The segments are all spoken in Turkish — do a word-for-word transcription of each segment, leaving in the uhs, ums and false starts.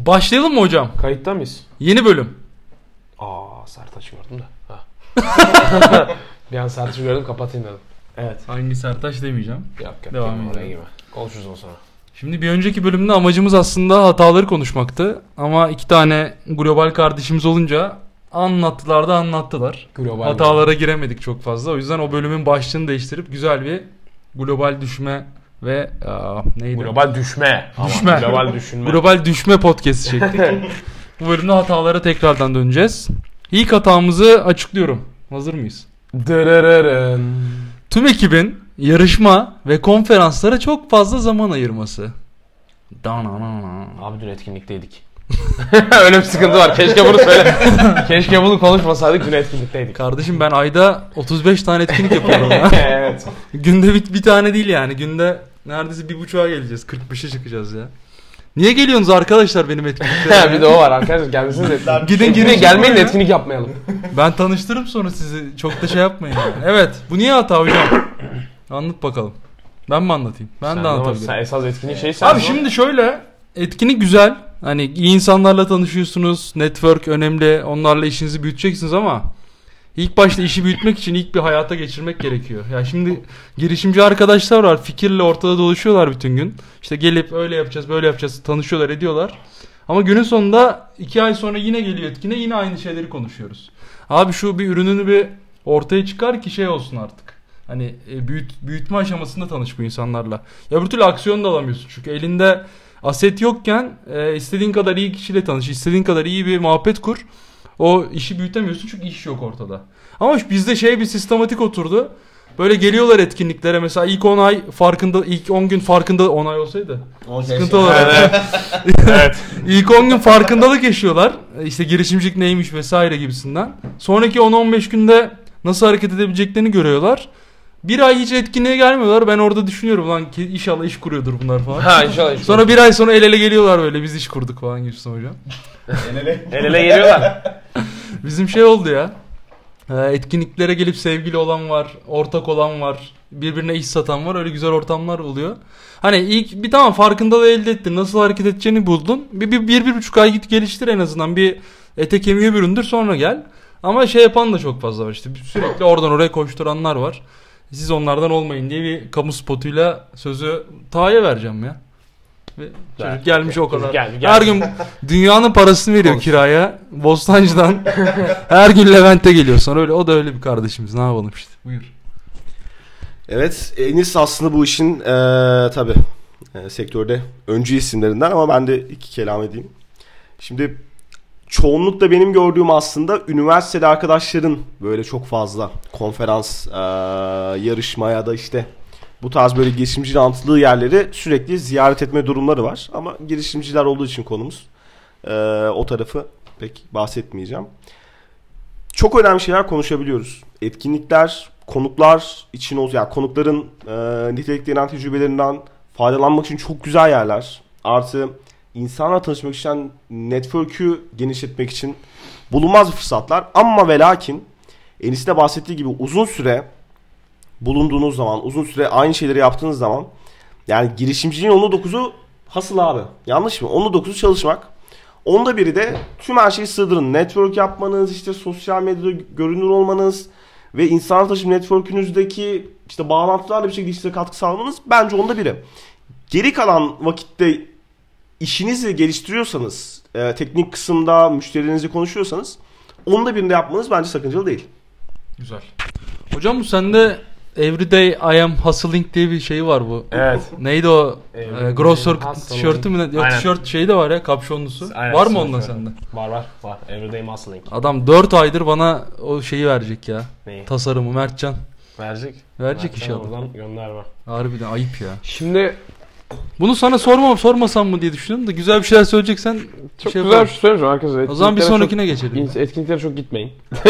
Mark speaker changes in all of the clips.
Speaker 1: Başlayalım mı hocam?
Speaker 2: Kayıtta mıyız?
Speaker 1: Yeni bölüm.
Speaker 2: Aa, Sertaç'ı gördüm de. Ha. Bir an Sertaç'ı gördüm, kapatayım dedim. Evet.
Speaker 1: Hangi Sertaç demeyeceğim.
Speaker 2: Yok yok.
Speaker 1: Devam
Speaker 2: edelim. Konuşuruz o sonra.
Speaker 1: Şimdi bir önceki bölümde amacımız aslında hataları konuşmaktı. Ama iki tane global kardeşimiz olunca anlattılar da anlattılar. Global Hatalara mi? giremedik çok fazla. O yüzden o bölümün başlığını değiştirip güzel bir global düşme ve aa, neydi?
Speaker 2: Global düşme.
Speaker 1: Düşme.
Speaker 2: Ama global düşünme.
Speaker 1: Global düşme podcast çektik. Bu bölümde hatalara tekrardan döneceğiz. İlk hatamızı açıklıyorum. Hazır mıyız?
Speaker 2: Dırırırın.
Speaker 1: Tüm ekibin yarışma ve konferanslara çok fazla zaman ayırması.
Speaker 2: Abi dün etkinlikteydik. Öyle bir sıkıntı var. Keşke bunu söyle. Keşke bunu konuşmasaydık, dün etkinlikteydik.
Speaker 1: Kardeşim ben ayda otuz beş tane etkinlik yapıyorum ya.
Speaker 2: Evet.
Speaker 1: Günde bir, bir tane değil yani. Günde neredeyse bir buçuğa geleceğiz. kırk beşe çıkacağız ya. Niye geliyorsunuz arkadaşlar benim etkinliklere?
Speaker 2: Bir de o var arkadaşlar. Gelmesiniz etkinlik.
Speaker 1: Gidin
Speaker 2: gidin gelmeyin etkinlik yapmayalım.
Speaker 1: Ben tanıştırırım sonra sizi. Çok da şey yapmayın yani. Evet. Bu niye hata hocam? Anlat bakalım. Ben mi anlatayım? Ben
Speaker 2: sen
Speaker 1: de anlatabilirim.
Speaker 2: Sen esas etkinlik şey sen.
Speaker 1: Abi şimdi şöyle. Etkinlik güzel. Hani iyi insanlarla tanışıyorsunuz. Network önemli. Onlarla işinizi büyüteceksiniz ama ilk başta işi büyütmek için ilk bir hayata geçirmek gerekiyor. Ya şimdi girişimci arkadaşlar var. Fikirle ortada dolaşıyorlar bütün gün. İşte gelip öyle yapacağız, böyle yapacağız. Tanışıyorlar, ediyorlar. Ama günün sonunda iki ay sonra yine geliyor etkine. Yine aynı şeyleri konuşuyoruz. Abi şu bir ürününü bir ortaya çıkar ki şey olsun artık. Hani büyüt, büyütme aşamasında tanış bu insanlarla. Ya bir türlü aksiyon da alamıyorsun. Çünkü elinde aset yokken e, istediğin kadar iyi kişiyle tanış, istediğin kadar iyi bir muhabbet kur. O işi büyütemiyorsun çünkü iş yok ortada. Ama bizde şey bir sistematik oturdu. Böyle geliyorlar etkinliklere mesela ilk on ay farkında, ilk on gün farkında on ay olsaydı. Sıkıntı olur.
Speaker 2: Evet. Evet.
Speaker 1: İlk on gün farkındalık yaşıyorlar. İşte girişimcilik neymiş vesaire gibisinden. Sonraki on on beş günde nasıl hareket edebileceklerini görüyorlar. Bir ay hiç etkinliğe gelmiyorlar. Ben orada düşünüyorum lan ki inşallah iş kuruyordur bunlar falan.
Speaker 2: Ha inşallah. Iş
Speaker 1: sonra bir ay sonra el ele geliyorlar böyle biz iş kurduk falan gibisinden hocam.
Speaker 2: el ele el ele geliyorlar.
Speaker 1: Bizim şey oldu ya. Etkinliklere gelip sevgili olan var, ortak olan var, birbirine iş satan var. Öyle güzel ortamlar oluyor. Hani ilk bir tamam farkındalığı elde ettin. Nasıl hareket edeceğini buldun. Bir, bir, bir, bir buçuk ay git geliştir en azından. Bir ete kemiğe büründür sonra gel. Ama şey yapan da çok fazla var işte. Sürekli oradan oraya koşturanlar var. Siz onlardan olmayın diye bir kamu spotuyla sözü Taha'ya vereceğim ya. Ve çocuk gelmiş o kadar. Gel, gel. Her gün dünyanın parasını veriyor kiraya. Bostancı'dan her gün Levent'e geliyor sonra öyle. O da öyle bir kardeşimiz. Ne yapalım işte. Buyur.
Speaker 3: Evet, Enis aslında bu işin ee, tabii e, sektörde öncü isimlerinden ama ben de iki kelam edeyim. Şimdi çoğunlukla benim gördüğüm aslında üniversiteli arkadaşların böyle çok fazla konferans, ee, yarışma ya da işte bu tarz böyle girişimci rantlığı yerleri sürekli ziyaret etme durumları var. Ama girişimciler olduğu için konumuz ee, o tarafı pek bahsetmeyeceğim. Çok önemli şeyler konuşabiliyoruz. Etkinlikler, konuklar için o yani konukların e, niteliklerinden, tecrübelerinden faydalanmak için çok güzel yerler. Artı insanlarla tanışmak için, network'ü genişletmek için bulunmaz fırsatlar. Ama ve lakin Enis'in de bahsettiği gibi uzun süre bulunduğunuz zaman, uzun süre aynı şeyleri yaptığınız zaman yani girişimciliğin onda dokuzu hasıl abi. Yanlış mı? onda dokuzu çalışmak. Onda biri de tüm her şeyi sığdırın. Network yapmanız, işte sosyal medyada görünür olmanız ve insan taşım network'ünüzdeki işte bağlantılarla bir şekilde işlere katkı sağlamanız bence onda biri. Geri kalan vakitte işinizi geliştiriyorsanız, e, teknik kısımda müşterilerinizle konuşuyorsanız onda birinde yapmanız bence sakıncalı değil.
Speaker 1: Güzel. Hocam bu sende Everyday I am hustling diye bir şey var bu.
Speaker 2: Evet.
Speaker 1: Neydi o? E, Grosser tişörtü mü? Yok
Speaker 2: aynen.
Speaker 1: Tişört şeyi de var ya kapşonlusu. Aynen, var mı ondan sende?
Speaker 2: Var var var. Everyday hustling.
Speaker 1: Adam dört aydır bana o şeyi verecek ya.
Speaker 2: Neyi?
Speaker 1: Tasarımı Mertcan.
Speaker 2: Verecek.
Speaker 1: Verecek
Speaker 2: Mertcan
Speaker 1: inşallah.
Speaker 2: oradan gönderme.
Speaker 1: Harbiden ayıp ya.
Speaker 2: Şimdi
Speaker 1: bunu sana sormam sormasam mı diye düşündüm de güzel bir şeyler söyleyeceksen
Speaker 2: çok
Speaker 1: şey
Speaker 2: güzel
Speaker 1: yapalım.
Speaker 2: bir şey söyleyeceğim arkadaşlar.
Speaker 1: O zaman bir sonrakine
Speaker 2: çok,
Speaker 1: geçelim.
Speaker 2: Etkinliklere çok gitmeyin.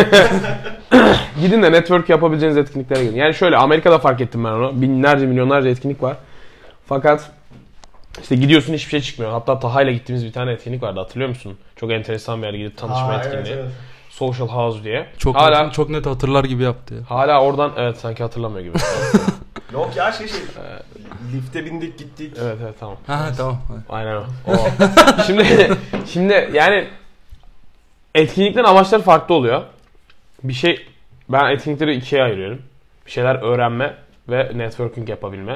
Speaker 2: Gidin de network yapabileceğiniz etkinliklere gidin. Yani şöyle Amerika'da fark ettim ben onu. Binlerce milyonlarca etkinlik var. Fakat işte gidiyorsun hiçbir şey çıkmıyor. Hatta Taha'yla gittiğimiz bir tane etkinlik vardı hatırlıyor musun? Çok enteresan bir yer gidip tanışma
Speaker 3: Aa,
Speaker 2: etkinliği.
Speaker 3: Evet, evet.
Speaker 2: Social House diye.
Speaker 1: Çok
Speaker 2: hala
Speaker 1: net, çok net hatırlar gibi yaptı ya.
Speaker 2: Hala oradan evet sanki hatırlamıyor gibi.
Speaker 3: Yok ya şey şey. Lifte bindik gittik.
Speaker 2: Evet evet tamam.
Speaker 1: Ha tamam.
Speaker 2: Aynen o. o. Şimdi Şimdi yani etkinliklerin amaçları farklı oluyor. Bir şey, ben etkinlikleri ikiye ayırıyorum. Bir şeyler öğrenme ve networking yapabilme.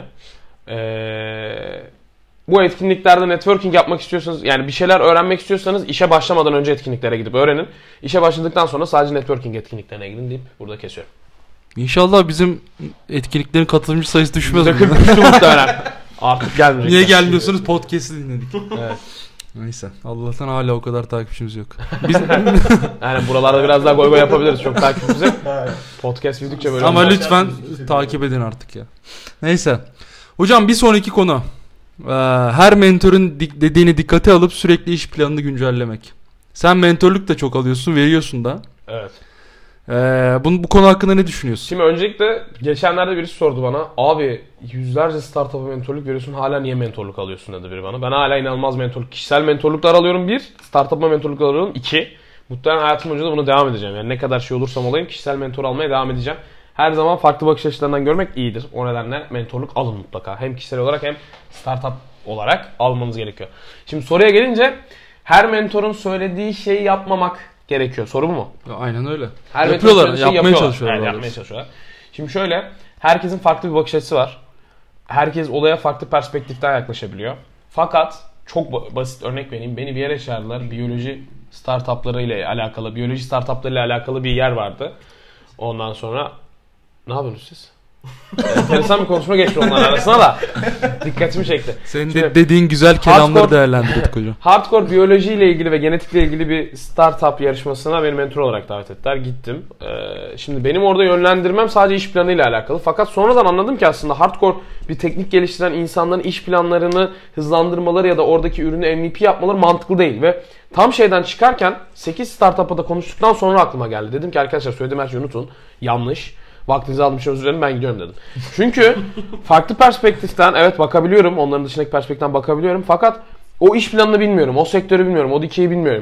Speaker 2: Ee, bu etkinliklerde networking yapmak istiyorsanız, yani bir şeyler öğrenmek istiyorsanız işe başlamadan önce etkinliklere gidip öğrenin. İşe başladıktan sonra sadece networking etkinliklerine gidin deyip burada kesiyorum.
Speaker 1: İnşallah bizim etkinliklerin katılımcı sayısı düşmez.
Speaker 2: yüzde kırk üçtü muhtemelen. Artık gelmeyecek.
Speaker 1: Niye gelmiyorsunuz? Podcast'ı dinledik.
Speaker 2: Evet.
Speaker 1: Neyse. Allah'tan hala o kadar takipçimiz yok. Biz...
Speaker 2: Yani buralarda biraz daha goy goy yapabiliriz. Çok takipçimiz yok. Podcast büyüdükçe böyle.
Speaker 1: Ama
Speaker 2: olmaz.
Speaker 1: lütfen takip edin artık ya. Neyse. Hocam bir sonraki konu. Ee, her mentörün dediğini dikkate alıp sürekli iş planını güncellemek. Sen mentörlük de çok alıyorsun, veriyorsun da.
Speaker 2: Evet.
Speaker 1: Ee, bu, bu konu hakkında ne düşünüyorsun?
Speaker 2: Şimdi öncelikle geçenlerde birisi sordu bana. Abi yüzlerce startup'a mentorluk veriyorsun, hala niye mentorluk alıyorsun dedi biri bana. Ben hala inanılmaz mentorluk, kişisel mentorluklar alıyorum bir. Startup'a mentorluk alıyorum iki. Muhtemelen hayatım boyunca da bunu devam edeceğim. Yani ne kadar şey olursam olayım kişisel mentor almaya devam edeceğim. Her zaman farklı bakış açılarından görmek iyidir. O nedenle mentorluk alın mutlaka. Hem kişisel olarak hem startup olarak almanız gerekiyor. Şimdi soruya gelince her mentorun söylediği şeyi yapmamak gerekiyor. Soru bu mu?
Speaker 1: Ya, aynen öyle.
Speaker 2: Her
Speaker 1: yapıyorlar,
Speaker 2: şey
Speaker 1: yapmaya
Speaker 2: yapıyorlar.
Speaker 1: çalışıyorlar.
Speaker 2: Evet, yapmaya çalışıyorlar. Şimdi şöyle, herkesin farklı bir bakış açısı var. Herkes olaya farklı perspektiften yaklaşabiliyor. Fakat çok basit örnek vereyim. Beni bir yere çağırdılar. Biyoloji startupları ile alakalı, biyoloji startupları ile alakalı bir yer vardı. Ondan sonra ne yapıyorsunuz siz? Enteresan bir konuşma geçti onların arasına da dikkatimi çekti.
Speaker 1: Senin
Speaker 2: Şimdi,
Speaker 1: de dediğin güzel kelamları
Speaker 2: hardcore-
Speaker 1: değerlendirdik hocam.
Speaker 2: Hardcore biyoloji ile ilgili ve genetikle ilgili bir startup yarışmasına beni mentor olarak davet ettiler. Gittim. Ee, şimdi benim orada yönlendirmem sadece iş planı ile alakalı. Fakat sonradan anladım ki aslında hardcore bir teknik geliştiren insanların iş planlarını hızlandırmaları ya da oradaki ürünü M V P yapmaları mantıklı değil. Ve tam şeyden çıkarken sekiz startup'a da konuştuktan sonra aklıma geldi. Dedim ki arkadaşlar söylediğim her şeyi unutun. Yanlış. Vaktinizi aldım, şey özür dilerim, ben gidiyorum dedim. Çünkü farklı perspektiften evet bakabiliyorum. Onların dışındaki perspektiften bakabiliyorum. Fakat o iş planını bilmiyorum. O sektörü bilmiyorum. O dikeyi bilmiyorum.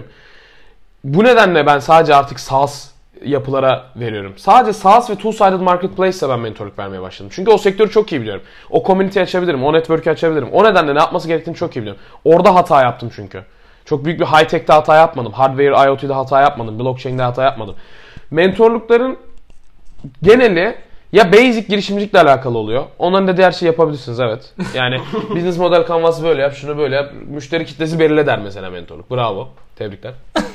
Speaker 2: Bu nedenle ben sadece artık SaaS yapılara veriyorum. Sadece SaaS ve two-sided marketplace'e ben mentorluk vermeye başladım. Çünkü o sektörü çok iyi biliyorum. O community açabilirim. O network'ü açabilirim. O nedenle ne yapması gerektiğini çok iyi biliyorum. Orada hata yaptım çünkü. Çok büyük bir high-tech'te hata yapmadım. Hardware, IoT'de hata yapmadım. Blockchain'de hata yapmadım. Mentorlukların geneli ya basic girişimcilikle alakalı oluyor. Onların dediği her şeyi yapabilirsiniz, evet. Yani business model canvas'ı böyle yap, şunu böyle yap. Müşteri kitlesi belirle der mesela mentorluk. Bravo. Tebrikler.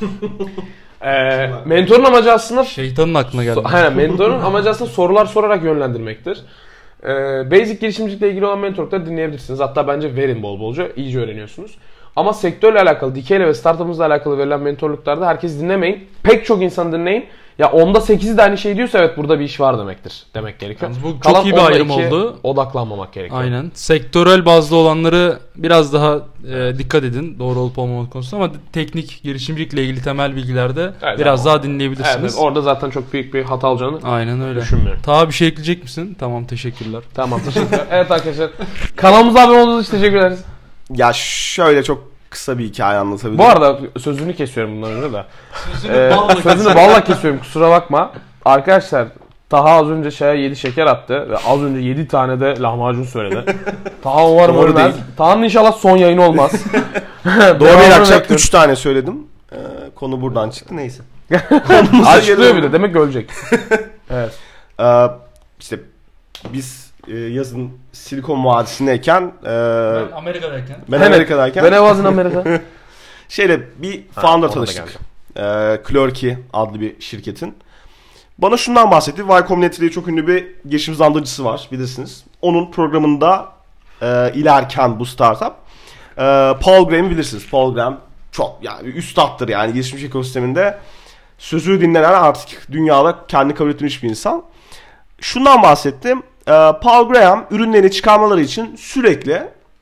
Speaker 2: ee, mentorun amacı aslında
Speaker 1: Şeytanın aklına geldi.
Speaker 2: So, aynen, mentorun amacı aslında sorular sorarak yönlendirmektir. Ee, basic girişimcilikle ilgili olan mentorlukları dinleyebilirsiniz. Hatta bence verin bol bolca. İyice öğreniyorsunuz. Ama sektörle alakalı, dikeyle ve startup'ımızla alakalı verilen mentorluklarda herkes dinlemeyin. Pek çok insan dinleyin. Ya onda sekizi de aynı şey diyorsa evet burada bir iş var demektir. Demek gerekiyor.
Speaker 1: Yani bu çok
Speaker 2: Kalan
Speaker 1: iyi bir ayrım oldu.
Speaker 2: Odaklanmamak gerekiyor.
Speaker 1: Aynen. Sektörel bazlı olanları biraz daha e, dikkat edin. Doğru olup olmamak konusunda, ama teknik girişimcilikle ilgili temel bilgilerde
Speaker 2: evet,
Speaker 1: biraz
Speaker 2: ama
Speaker 1: daha dinleyebilirsiniz.
Speaker 2: Evet, orada zaten çok büyük bir hata olacağını
Speaker 1: Aynen öyle.
Speaker 2: düşünmüyorum.
Speaker 1: Daha bir şey ekleyecek misin? Tamam, teşekkürler.
Speaker 2: Tamam, teşekkürler. Evet arkadaşlar. Kanalımıza abone olduğunuz için teşekkür ederiz.
Speaker 3: Ya şöyle çok kısa bir hikaye anlatabilirim.
Speaker 2: Bu arada sözünü kesiyorum bundan önce de. Sözünü, ee, balla, sözünü balla kesiyorum, kusura bakma. Arkadaşlar Taha az önce şeye yedi şeker attı ve az önce yedi tane de lahmacun söyledi. Taha umarım
Speaker 3: Doğru
Speaker 2: ölmez.
Speaker 3: değil.
Speaker 2: Taha'nın inşallah son yayını olmaz.
Speaker 3: Doğru bir akşam üç tane söyledim. Ee, konu buradan çıktı, neyse.
Speaker 2: Açıklıyor bir de, demek ki ölecek. Evet.
Speaker 3: Ee, işte biz e, yazın Silikon Vadisi'ndeyken e,
Speaker 1: Ben Amerika'dayken.
Speaker 3: ben Amerika'dayken
Speaker 2: Ben evazın Amerika.
Speaker 3: şeyle bir founder tanıştık. Ee, Clerky adlı bir şirketin. Bana şundan bahsetti. Y Combinator diye çok ünlü bir girişim hızlandırıcısı var, bilirsiniz. Onun programında e, ilerken bu startup e, Paul Graham'ı bilirsiniz. Paul Graham çok yani üstattır yani girişimci ekosisteminde. Sözü dinlenen, artık dünyada kendini kabul etmiş bir insan. Şundan bahsettim. E, Paul Graham ürünlerini çıkarmaları için sürekli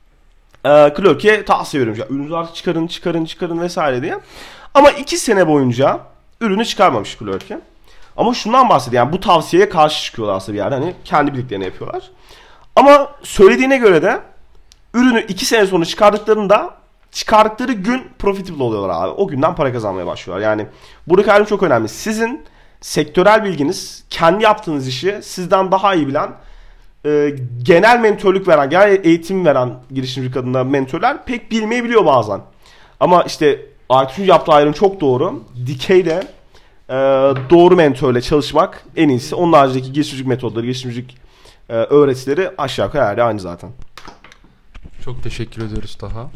Speaker 3: e, Clerky'e tavsiye veriyormuş. Ya, ürünü artık çıkarın, çıkarın, çıkarın vesaire diye. Ama iki sene boyunca ürünü çıkarmamış Clerky. Ama şundan bahsediyor, yani bu tavsiyeye karşı çıkıyorlar aslında bir yerde. Hani kendi bildiklerini yapıyorlar. Ama söylediğine göre de ürünü iki sene sonra çıkardıklarında çıkardıkları gün profitable oluyorlar abi. O günden para kazanmaya başlıyorlar. Yani buradaki ayrım çok önemli. Sizin sektörel bilginiz, kendi yaptığınız işi sizden daha iyi bilen, e, genel mentörlük veren, genel eğitim veren girişimci kadınlar, mentörler pek bilmeyebiliyor bazen. Ama işte Aytun'un yaptığı ayrım çok doğru. Dikeyle e, doğru mentörle çalışmak en iyisi. Onun haricindeki girişimcilik metodları, girişimcilik e, öğretileri aşağı yukarı her aynı zaten.
Speaker 1: Çok teşekkür ediyoruz Taha.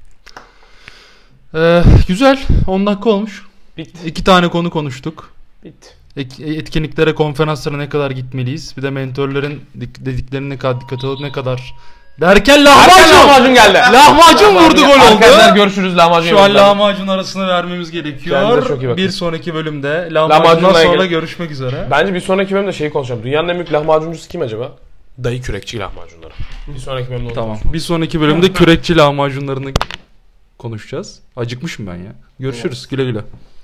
Speaker 1: Ee, güzel. on dakika olmuş.
Speaker 2: Bitti.
Speaker 1: İki tane konu konuştuk.
Speaker 2: Bitti.
Speaker 1: Etkinliklere, konferanslara ne kadar gitmeliyiz? Bir de mentörlerin dediklerine ne kadar dikkat alıp ne kadar... Derken lahmacun!
Speaker 2: Lahmacun geldi.
Speaker 1: Lahmacun vurdu, gol oldu.
Speaker 2: Arkadaşlar görüşürüz, lahmacun.
Speaker 1: Şu an lahmacun arasını vermemiz gerekiyor. Bir sonraki bölümde lahmacundan sonra görüşmek üzere.
Speaker 2: Bence bir sonraki bölümde şeyi konuşalım. Dünyanın en büyük lahmacuncusu kim acaba? Dayı kürekçi lahmacunları. Bir sonraki bölümde
Speaker 1: Tamam. Konuşalım. Bir sonraki bölümde kürekçi lahmacunlarını konuşacağız. Acıkmışım ben ya. Görüşürüz. Güle güle.